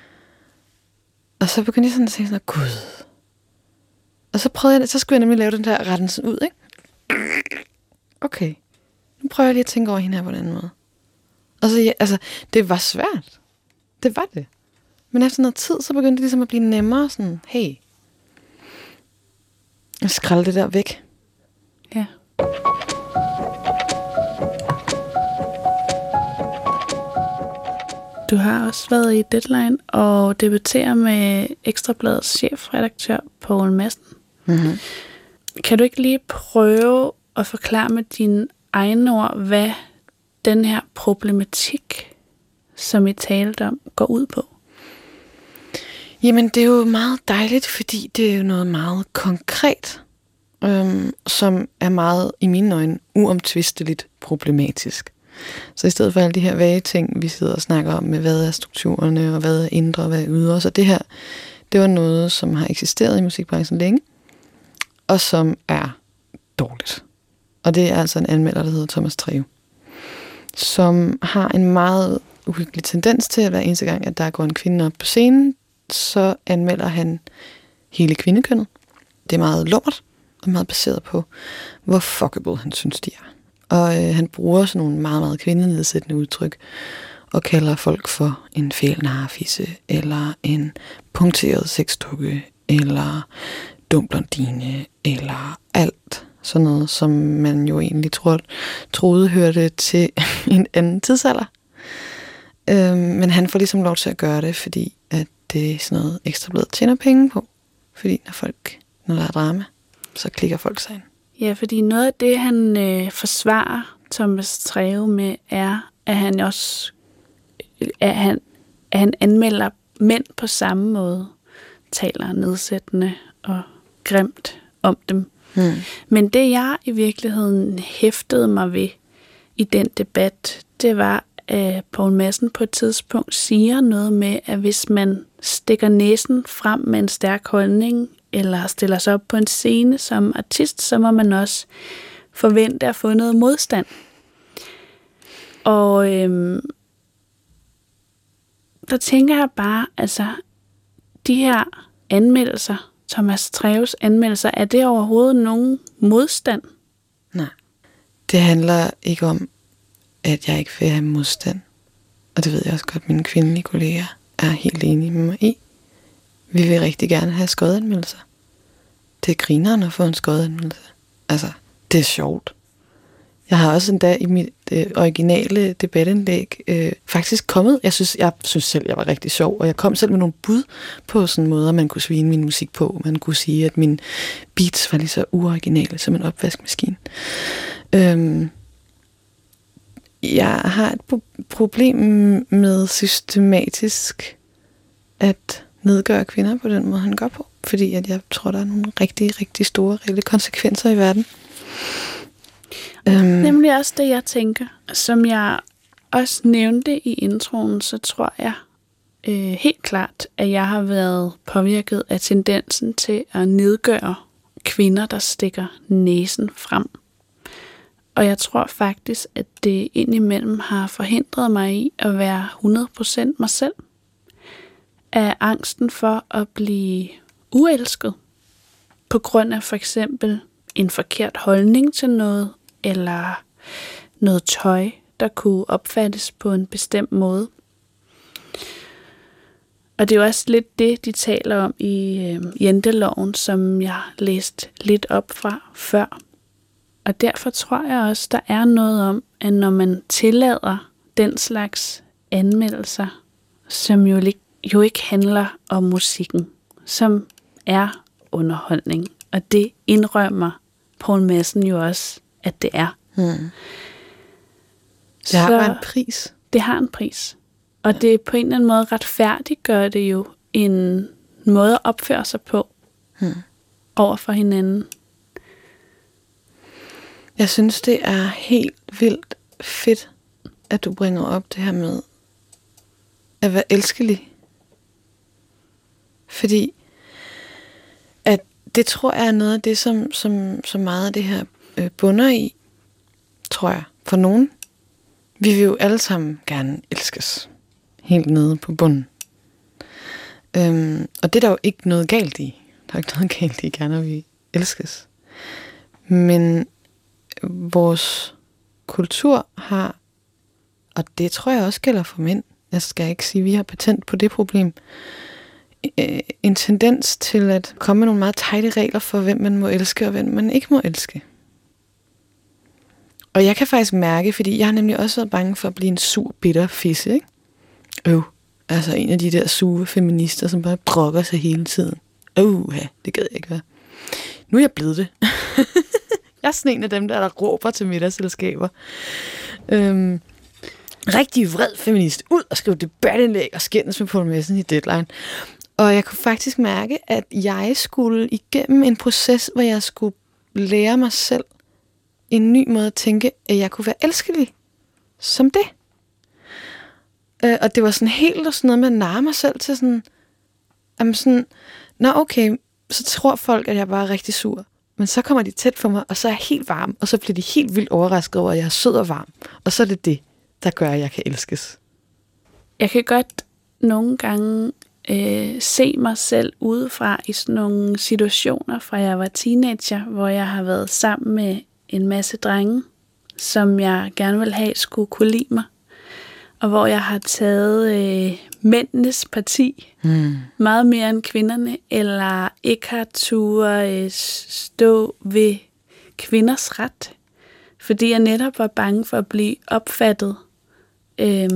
Og så begyndte jeg sådan at tænke sådan, gud. Og så prøvede jeg, så skulle jeg nemlig lave den der rettelsen ud, ikke? okay, nu prøver jeg lige at tænke over hende her på en anden måde. Og så, ja, altså, det var svært. Det var det. Men efter noget tid, så begyndte det ligesom at blive nemmere. Sådan, hey, jeg skralde det der væk. Ja. Du har også været i Deadline og debuterer med Ekstra Bladets chefredaktør Poul Madsen. Mm-hmm. Kan du ikke lige prøve at forklare med dine egne ord, hvad den her problematik, som I talte om, går ud på? Jamen, det er jo meget dejligt, fordi det er jo noget meget konkret, øhm, som er meget, i mine øjne, uomtvisteligt problematisk. Så i stedet for alle de her vage ting, vi sidder og snakker om, med hvad er strukturerne, og hvad er indre, og hvad er ydre, så det her, det var noget, som har eksisteret i musikbranchen længe, og som er dårligt. Og det er altså en anmelder, der hedder Thomas Treve, som har en meget uhyggelig tendens til, at hver eneste gang, at der går en kvinde op på scenen, så anmelder han hele kvindekønnet. Det er meget lummert, og meget baseret på, hvor fuckable han synes, de er. Og øh, han bruger sådan nogle meget, meget kvindenedsættende udtryk, og kalder folk for en fælnarfisse, eller en punkteret sexdukke, eller dum blondine, eller alt sådan noget, som man jo egentlig troede, troede hørte til en anden tidsalder. Øhm, men han får ligesom lov til at gøre det, fordi at det er sådan noget Ekstra Bladet tjener penge på. Fordi når folk, når der er drama, så klikker folk sig ind. Ja, fordi noget af det, han øh, forsvarer Thomas Treve med, er, at han også at han, at han anmelder mænd på samme måde, taler nedsættende og grimt om dem. Hmm. Men det, jeg i virkeligheden hæftede mig ved i den debat, det var, at Poul Madsen på et tidspunkt siger noget med, at hvis man stikker næsen frem med en stærk holdning, eller stiller sig op på en scene som artist, så må man også forvente at få noget modstand. Og øhm, der tænker jeg bare, altså, de her anmeldelser, Thomas Treves anmeldelser, er det overhovedet nogen modstand? Nej. Det handler ikke om, at jeg ikke vil have modstand. Og det ved jeg også godt, mine kvindelige kolleger er helt enige med mig i. Vi vil rigtig gerne have skodanmeldelser. Det er grineren at få en skodanmeldelse. Altså, det er sjovt. Jeg har også endda i mit øh, originale debatindlæg øh, faktisk kommet, jeg synes, jeg synes selv, jeg var rigtig sjov, og jeg kom selv med nogle bud på sådan en måde, man kunne svine min musik på. Man kunne sige, at mine beats var lige så uoriginale som en opvaskemaskine. Øhm, jeg har et pro- problem med systematisk at nedgøre kvinder på den måde, han gør på. Fordi at jeg tror, der er nogle rigtig, rigtig store reelle konsekvenser i verden. Um. Nemlig også det, jeg tænker. Som jeg også nævnte i introen, så tror jeg øh, helt klart, at jeg har været påvirket af tendensen til at nedgøre kvinder, der stikker næsen frem. Og jeg tror faktisk, at det indimellem har forhindret mig i at være hundrede procent mig selv. Af angsten for at blive uelsket. På grund af for eksempel en forkert holdning til noget, eller noget tøj, der kunne opfattes på en bestemt måde. Og det er jo også lidt det, de taler om i øh, Janteloven, som jeg læste lidt op fra før. Og derfor tror jeg også, der er noget om, at når man tillader den slags anmeldelser, som jo, jo ikke handler om musikken, som er underholdning, og det indrømmer Poul Madsen jo også, at det er. Hmm. Det har bare en pris. Det har en pris. Og ja. Det på en eller anden måde retfærdiggør det jo en måde at opføre sig på hmm. over for hinanden. Jeg synes, det er helt vildt fedt, at du bringer op det her med at være elskelig. Fordi at det tror jeg er noget af det, som, som, som meget af det her øh, bunder i, tror jeg, for nogen. Vi vil jo alle sammen gerne elskes. Helt nede på bunden. Øhm, og det er der jo ikke noget galt i. Der er ikke noget galt i, gerne at vi elskes. Men vores kultur har, og det tror jeg også gælder for mænd, jeg skal ikke sige, at vi har patent på det problem, en tendens til at komme med nogle meget tighte regler for, hvem man må elske, og hvem man ikke må elske. Og jeg kan faktisk mærke, fordi jeg har nemlig også været bange for at blive en sur, bitter fisse, ikke? Øv, altså en af de der sure feminister, som bare brokker sig hele tiden. Øv, ja, det gad jeg ikke være. Nu er jeg blevet det. Jeg er sådan en af dem, der, der råber til middagsselskaber. Øhm, rigtig vred feminist. Ud og skrive debatindlæg og skændes med Poul Madsen i Deadline. Og jeg kunne faktisk mærke, at jeg skulle igennem en proces, hvor jeg skulle lære mig selv en ny måde at tænke, at jeg kunne være elskelig som det. Øh, og det var sådan helt og sådan noget med at narre mig selv til sådan, jamen sådan, nå okay, så tror folk, at jeg bare er rigtig sur. Men så kommer de tæt for mig, og så er jeg helt varm, og så bliver de helt vildt overrasket over, at jeg er sød og varm. Og så er det det, der gør, at jeg kan elskes. Jeg kan godt nogle gange øh, se mig selv udefra i sådan nogle situationer, fra jeg var teenager, hvor jeg har været sammen med en masse drenge, som jeg gerne vil have skulle kunne lide mig. Og hvor jeg har taget øh, mændenes parti hmm. meget mere end kvinderne, eller ikke har turde øh, stå ved kvinders ret, fordi jeg netop var bange for at blive opfattet øh,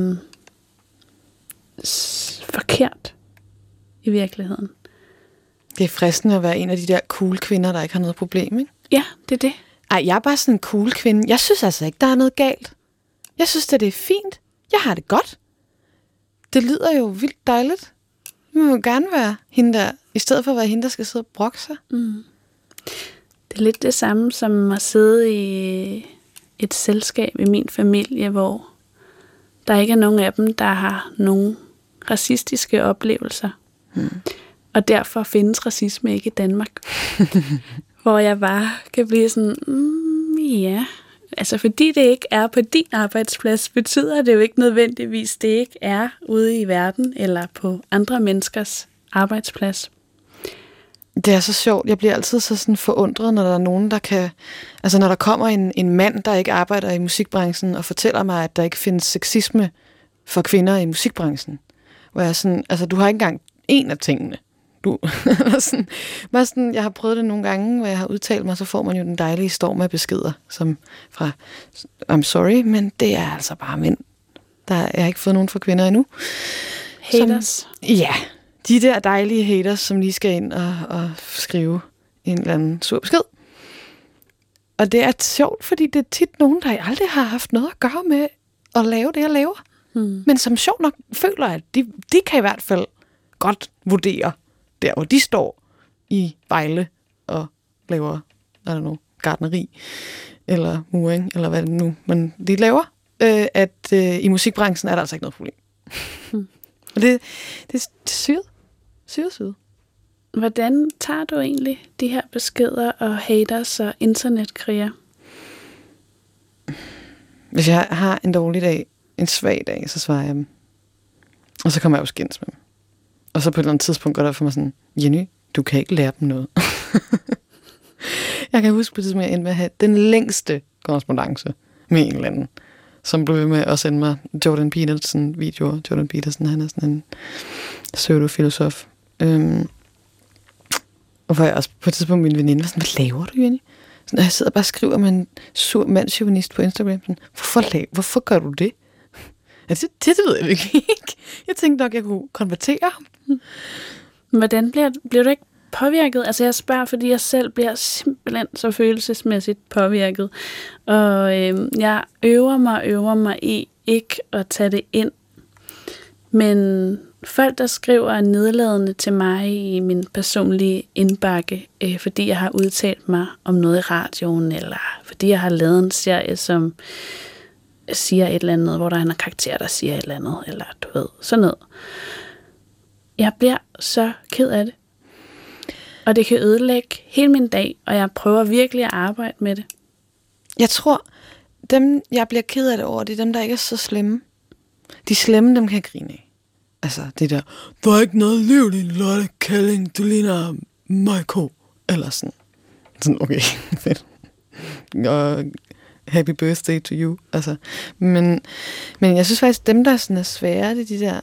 s- forkert i virkeligheden. Det er fristende at være en af de der cool kvinder, der ikke har noget problem, ikke? Ja, det er det. Ej, jeg er bare sådan en cool kvinde. Jeg synes altså ikke, der er noget galt. Jeg synes, at det er fint. Jeg har det godt. Det lyder jo vildt dejligt. Man må gerne være hende der, i stedet for at være hende, der skal sidde og brokke sig. Mm. Det er lidt det samme som at sidde i et selskab i min familie, hvor der ikke er nogen af dem, der har nogen racistiske oplevelser. Mm. Og derfor findes racisme ikke i Danmark. Hvor jeg bare kan blive sådan, mm, ja... Altså, fordi det ikke er på din arbejdsplads, betyder det jo ikke nødvendigvis, det ikke er ude i verden eller på andre menneskers arbejdsplads. Det er så sjovt. Jeg bliver altid så sådan forundret, når der er nogen, der kan... Altså, når der kommer en, en mand, der ikke arbejder i musikbranchen, og fortæller mig, at der ikke findes sexisme for kvinder i musikbranchen. Hvor jeg er sådan, altså, du har ikke engang en af tingene. Du, sådan, bare sådan, jeg har prøvet det nogle gange, hvor jeg har udtalt mig, så får man jo den dejlige storm af beskeder, som fra, I'm sorry, men det er altså bare mænd. Der er, jeg har ikke fået nogen fra kvinder endnu. Haters. Som, ja, de der dejlige haters, som lige skal ind og, og skrive en eller anden sur besked. Og det er sjovt, fordi det er tit nogen, der aldrig har haft noget at gøre med at lave det, jeg laver. Hmm. Men som sjovt nok føler, at de, de kan i hvert fald godt vurdere, der hvor de står i Vejle og laver, I don't know, gartneri eller muring, eller hvad det nu man de laver, øh, at øh, i musikbranchen er der altså ikke noget problem. Hmm. Og det, det, det er syret. Syret, syret. Hvordan tager du egentlig de her beskeder og haters og internetkriger? Hvis jeg har en dårlig dag, en svag dag, så svarer jeg dem. Og så kommer jeg jo skændes med dem. Og så på et eller andet tidspunkt går der for mig sådan, Jenny, du kan ikke lære dem noget. Jeg kan huske på det, som jeg endte med at have den længste korrespondance med en eller anden, som blev ved med at sende mig Jordan Peterson-videoer. Jordan Peterson, han er sådan en pseudofilosof. Øhm, og hvor jeg også på et tidspunkt min veninde var sådan, hvad laver du, Jenny? Sådan, og jeg sidder bare og skriver med en sur mandschauvinist på Instagram. Sådan, hvorfor, laver, hvorfor gør du det? Altså, det, det ved jeg ikke. Jeg tænkte nok, jeg kunne konvertere ham. Hvordan bliver, bliver du ikke påvirket? Altså, jeg spørger, fordi jeg selv bliver simpelthen så følelsesmæssigt påvirket. Og øh, jeg øver mig og øver mig i ikke at tage det ind. Men folk, der skriver nedladende til mig i min personlige indbakke, øh, fordi jeg har udtalt mig om noget i radioen, eller fordi jeg har lavet en serie, som siger et eller andet, hvor der er en karakter, der siger et eller andet, eller du ved, sådan noget. Jeg bliver så ked af det. Og det kan ødelægge hele min dag, og jeg prøver virkelig at arbejde med det. Jeg tror, dem, jeg bliver ked af det over, det er dem, der ikke er så slemme. De slemme, dem kan jeg grine af. Altså, det der, der er ikke noget liv, din Lotte Kælling, du ligner Michael, eller sådan. Sådan, okay, fedt. Og happy birthday to you. Altså, men, men jeg synes faktisk, dem, der sådan er svære, det er de der...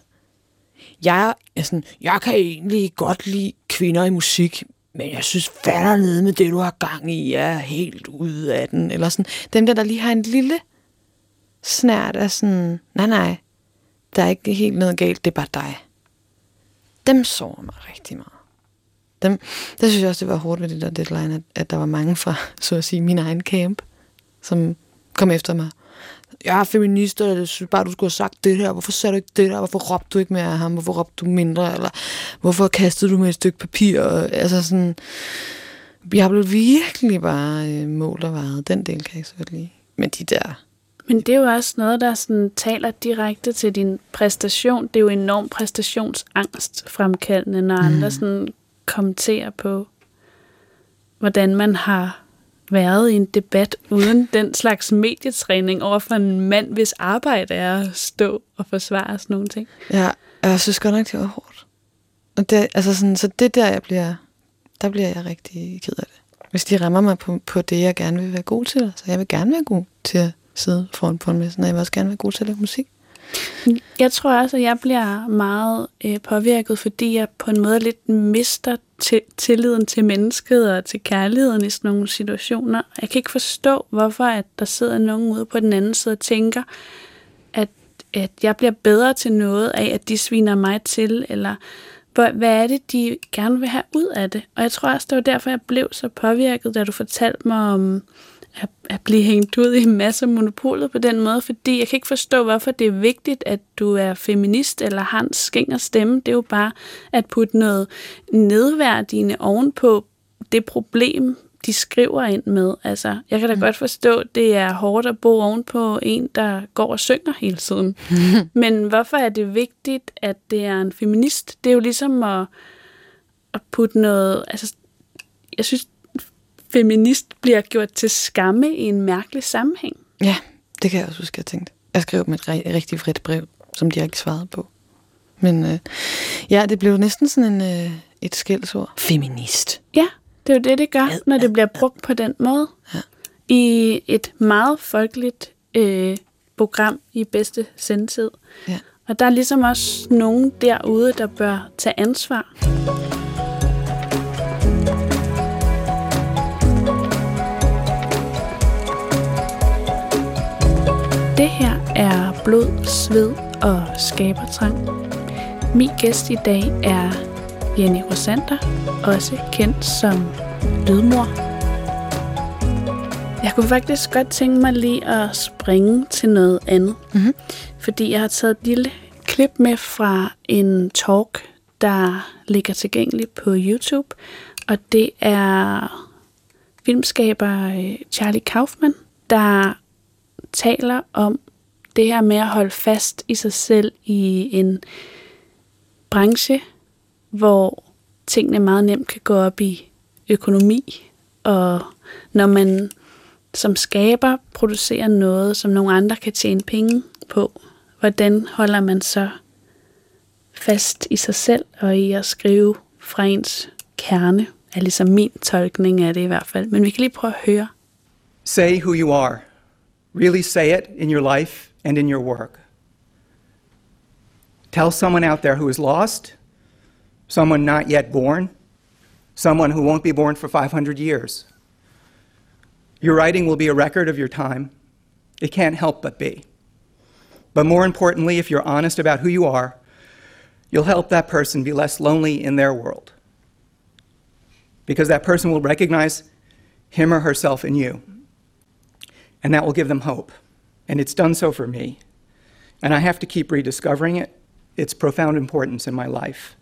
Jeg, er sådan, jeg kan egentlig godt lide kvinder i musik, men jeg synes fandme nede med det, du har gang i, jeg er helt ude af den. Eller sådan. Dem der, der lige har en lille snært af sådan, nej, nej, der er ikke helt noget galt, det er bare dig. Dem sover mig rigtig meget. Dem, der synes jeg også, det var hårdt ved det der deadline, at, at der var mange fra, så at sige, min egen camp, som kom efter mig. Jeg er feminist, og jeg synes bare, du skulle have sagt det her. Hvorfor sagde du ikke det der? Hvorfor råbte du ikke mere af ham? Hvorfor råbte du mindre? Eller hvorfor kastede du med et stykke papir? Og, altså sådan, jeg blev virkelig bare øh, målt og vejet. Den del kan jeg så godt lide. Men de der... Men det er jo også noget, der sådan taler direkte til din præstation. Det er jo enormt præstationsangst fremkaldende, når mm. andre sådan kommenterer på, hvordan man har været i en debat uden den slags medietræning over for en mand, hvis arbejde er at stå og forsvare sådan nogle ting. Ja, jeg synes godt nok, det var hårdt. Og det, altså sådan, så det der, jeg bliver, der bliver jeg rigtig ked af det. Hvis de rammer mig på, på det, jeg gerne vil være god til. Så jeg vil gerne være god til at sidde foran på en messe, og jeg vil også gerne være god til at lave musik. Jeg tror også, at jeg bliver meget øh, påvirket, fordi jeg på en måde lidt mister til, tilliden til mennesket og til kærligheden i sådan nogle situationer. Jeg kan ikke forstå, hvorfor at der sidder nogen ude på den anden side og tænker, at, at jeg bliver bedre til noget af, at de sviner mig til, eller hvad er det, de gerne vil have ud af det. Og jeg tror også, det var derfor, jeg blev så påvirket, da du fortalte mig om at, at blive hængt ud i masser af monopolet på den måde, fordi jeg kan ikke forstå, hvorfor det er vigtigt, at du er feminist eller har en skænger stemme. Det er jo bare at putte noget nedværdigende ovenpå det problem, de skriver ind med. Altså, jeg kan da mm. godt forstå, at det er hårdt at bo ovenpå en, der går og synger hele tiden. Men hvorfor er det vigtigt, at det er en feminist? Det er jo ligesom at, at putte noget... Altså, jeg synes, feminist bliver gjort til skamme i en mærkelig sammenhæng. Ja, det kan jeg også huske, jeg tænkte. Jeg skrev dem et re- rigtig frit brev, som de ikke svarede på. Men øh, ja, det blev næsten sådan en, øh, et skældsord. Feminist. Ja, det er jo det, det gør, når det bliver brugt på den måde. Ja. I et meget folkeligt øh, program i bedste sendtid. Ja. Og der er ligesom også nogen derude, der bør tage ansvar. Det her er Blod, Sved og Skabertrang. Min gæst i dag er Jenny Rosander, også kendt som Lydmor. Jeg kunne faktisk godt tænke mig lige at springe til noget andet. Mm-hmm. Fordi jeg har taget et lille klip med fra en talk, der ligger tilgængelig på YouTube. Og det er filmskaber Charlie Kaufman, der taler om det her med at holde fast i sig selv i en branche, hvor tingene meget nemt kan gå op i økonomi, og når man som skaber producerer noget, som nogle andre kan tjene penge på, hvordan holder man så fast i sig selv og i at skrive fra ens kerne, er ligesom min tolkning af det i hvert fald. Men vi kan lige prøve at høre. Say who you are. Really say it in your life and in your work. Tell someone out there who is lost, someone not yet born, someone who won't be born for five hundred years. Your writing will be a record of your time. It can't help but be. But more importantly, if you're honest about who you are, you'll help that person be less lonely in their world. Because that person will recognize him or herself in you. And that will give them hope. And it's done so for me. And I have to keep rediscovering it. It's profound importance in my life.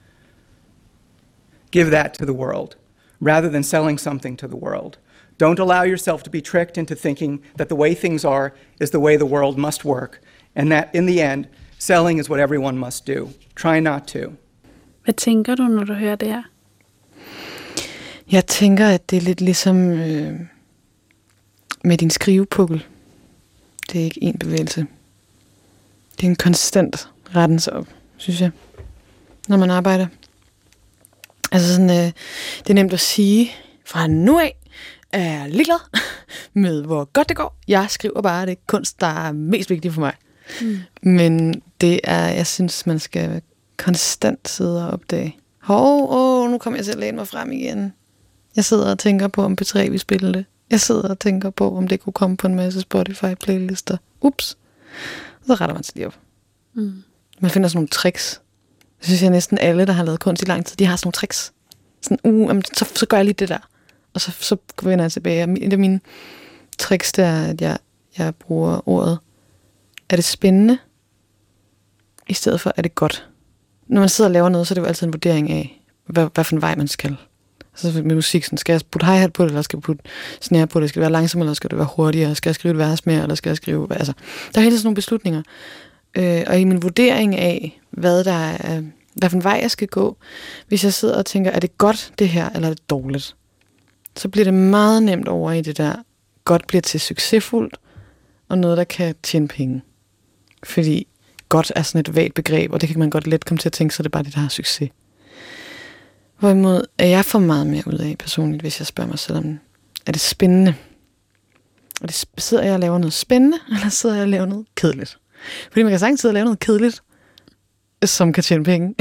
Give that to the world, rather than selling something to the world. Don't allow yourself to be tricked into thinking that the way things are is the way the world must work, and that in the end, selling is what everyone must do. Try not to. Hvad tænker du, når du hører det her? Jeg tænker, at det er lidt ligesom øh, med din skrivepukkel. Det er ikke én bevægelse. Det er en konstant retten sig op, synes jeg, når man arbejder. Altså sådan, øh, det er nemt at sige fra nu af, er ligeglad med, hvor godt det går. Jeg skriver bare det kunst, der er mest vigtigt for mig. Mm. Men det er, jeg synes, man skal konstant sidde og opdage. Hov, åh, nu kommer jeg til at læne mig frem igen. Jeg sidder og tænker på, om P tre vil spille det. Jeg sidder og tænker på, om det kunne komme på en masse Spotify-playlister. Ups. Så retter man sig lige op. Mm. Man finder sådan nogle tricks. Jeg synes, jeg næsten alle, der har lavet kunst i lang tid, de har sådan nogle tricks. Sådan, uh, jamen, så, så gør jeg lige det der. Og så, så vender jeg tilbage. Et af mine tricks, det er, at jeg, jeg bruger ordet, er det spændende? I stedet for, er det godt? Når man sidder og laver noget, så er det jo altid en vurdering af, hvad, hvad for en vej man skal. Altså med musik, sådan, skal jeg putte hi-hat på det, eller skal jeg putte snare på det? Skal det være langsomt, eller skal det være hurtigere? Skal jeg skrive et vers mere, eller skal jeg skrive... Altså, der er hele tiden nogle beslutninger. Øh, og i min vurdering af, hvad der er, hvad for en vej jeg skal gå, hvis jeg sidder og tænker, er det godt det her, eller er det dårligt? Så bliver det meget nemt over i det der, godt bliver til succesfuldt, og noget, der kan tjene penge. Fordi godt er sådan et vagt begreb, og det kan man godt let komme til at tænke, så det er bare det, der har succes. Hvorimod er jeg får meget mere ud af personligt, hvis jeg spørger mig selv om, er det spændende? Og det sidder jeg og laver noget spændende, eller sidder jeg og laver noget kedeligt? Fordi man kan sagtens sidde og lave noget kedeligt, som kan tjene penge.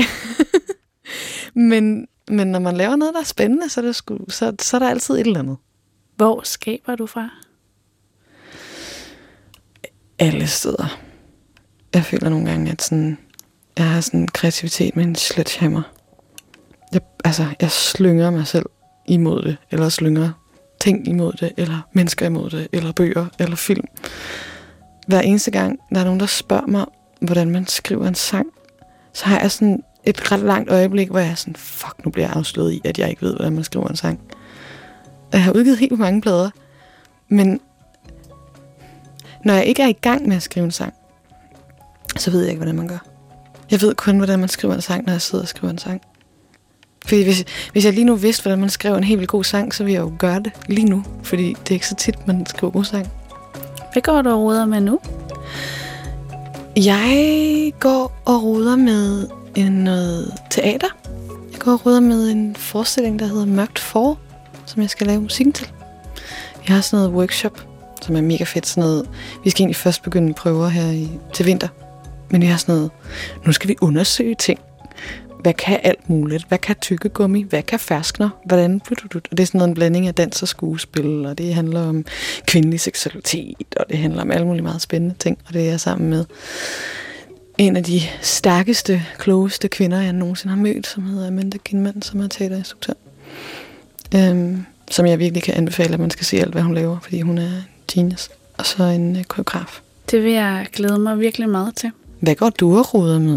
men, men når man laver noget, der er spændende, så er, det sgu, så, så er der altid et eller andet. Hvor skaber du fra? Alle steder. Jeg føler nogle gange, at sådan, jeg har sådan en kreativitet med en sledgehammer. Jeg, altså, jeg slynger mig selv imod det, eller slynger ting imod det, eller mennesker imod det, eller bøger, eller film. Hver eneste gang, der er nogen, der spørger mig, hvordan man skriver en sang, så har jeg sådan et ret langt øjeblik, hvor jeg er sådan, fuck, nu bliver jeg afsløret i, at jeg ikke ved, hvordan man skriver en sang. Jeg har udgivet helt mange plader, men når jeg ikke er i gang med at skrive en sang, så ved jeg ikke, hvordan man gør. Jeg ved kun, hvordan man skriver en sang, når jeg sidder og skriver en sang. Fordi hvis, hvis jeg lige nu vidste, hvordan man skrev en helt vildt god sang, så ville jeg jo gøre det lige nu. Fordi det er ikke så tit, man skriver god sang. Hvad går du og roder med nu? Jeg går og roder med en, noget teater. Jeg går og roder med en forestilling, der hedder Mørkt For, som jeg skal lave musikken til. Vi har sådan noget workshop, som er mega fedt. Sådan noget. Vi skal egentlig først begynde prøver her i, til vinter. Men vi har sådan noget, nu skal vi undersøge ting. Hvad kan alt muligt? Hvad kan tykkegummi? Hvad kan ferskner? Hvordan? Og det er sådan noget en blanding af dans og skuespil, og det handler om kvindelig seksualitet, og det handler om alle mulige meget spændende ting. Og det er sammen med en af de stærkeste, klogeste kvinder, jeg nogensinde har mødt, som hedder Amanda Kinman, som er teaterinstruktør. Øhm, som jeg virkelig kan anbefale, at man skal se alt, hvad hun laver, fordi hun er en genius. Og så en øh, koreograf. Det vil jeg glæde mig virkelig meget til. Hvad går du og roder med?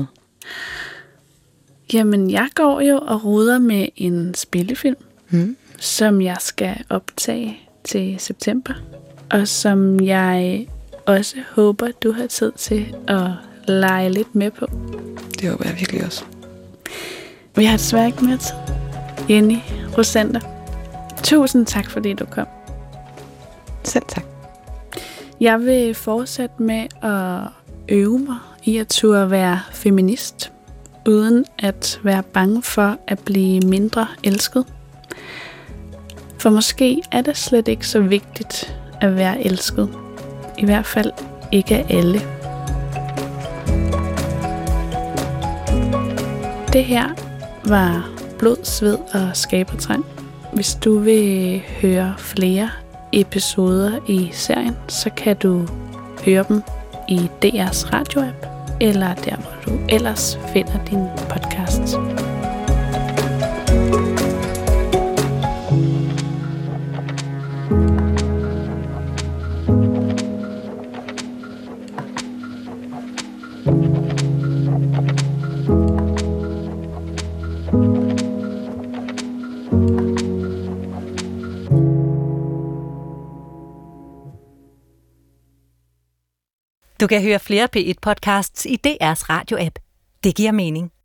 Jamen, jeg går jo og roder med en spillefilm, mm. som jeg skal optage til september, og som jeg også håber, du har tid til at lege lidt med på. Det håber jeg virkelig også. Vi har desværre ikke mere tid. Jenny Rosander, tusind tak, fordi du kom. Selv tak. Jeg vil fortsætte med at øve mig i at turde være feminist, uden at være bange for at blive mindre elsket. For måske er det slet ikke så vigtigt at være elsket. I hvert fald ikke af alle. Det her var Blod, Sved og Skabertrang. Hvis du vil høre flere episoder i serien, så kan du høre dem i D R's radioapp, eller der, hvor du ellers finder din podcast. Du kan høre flere P et podcasts i D R's radioapp. Det giver mening.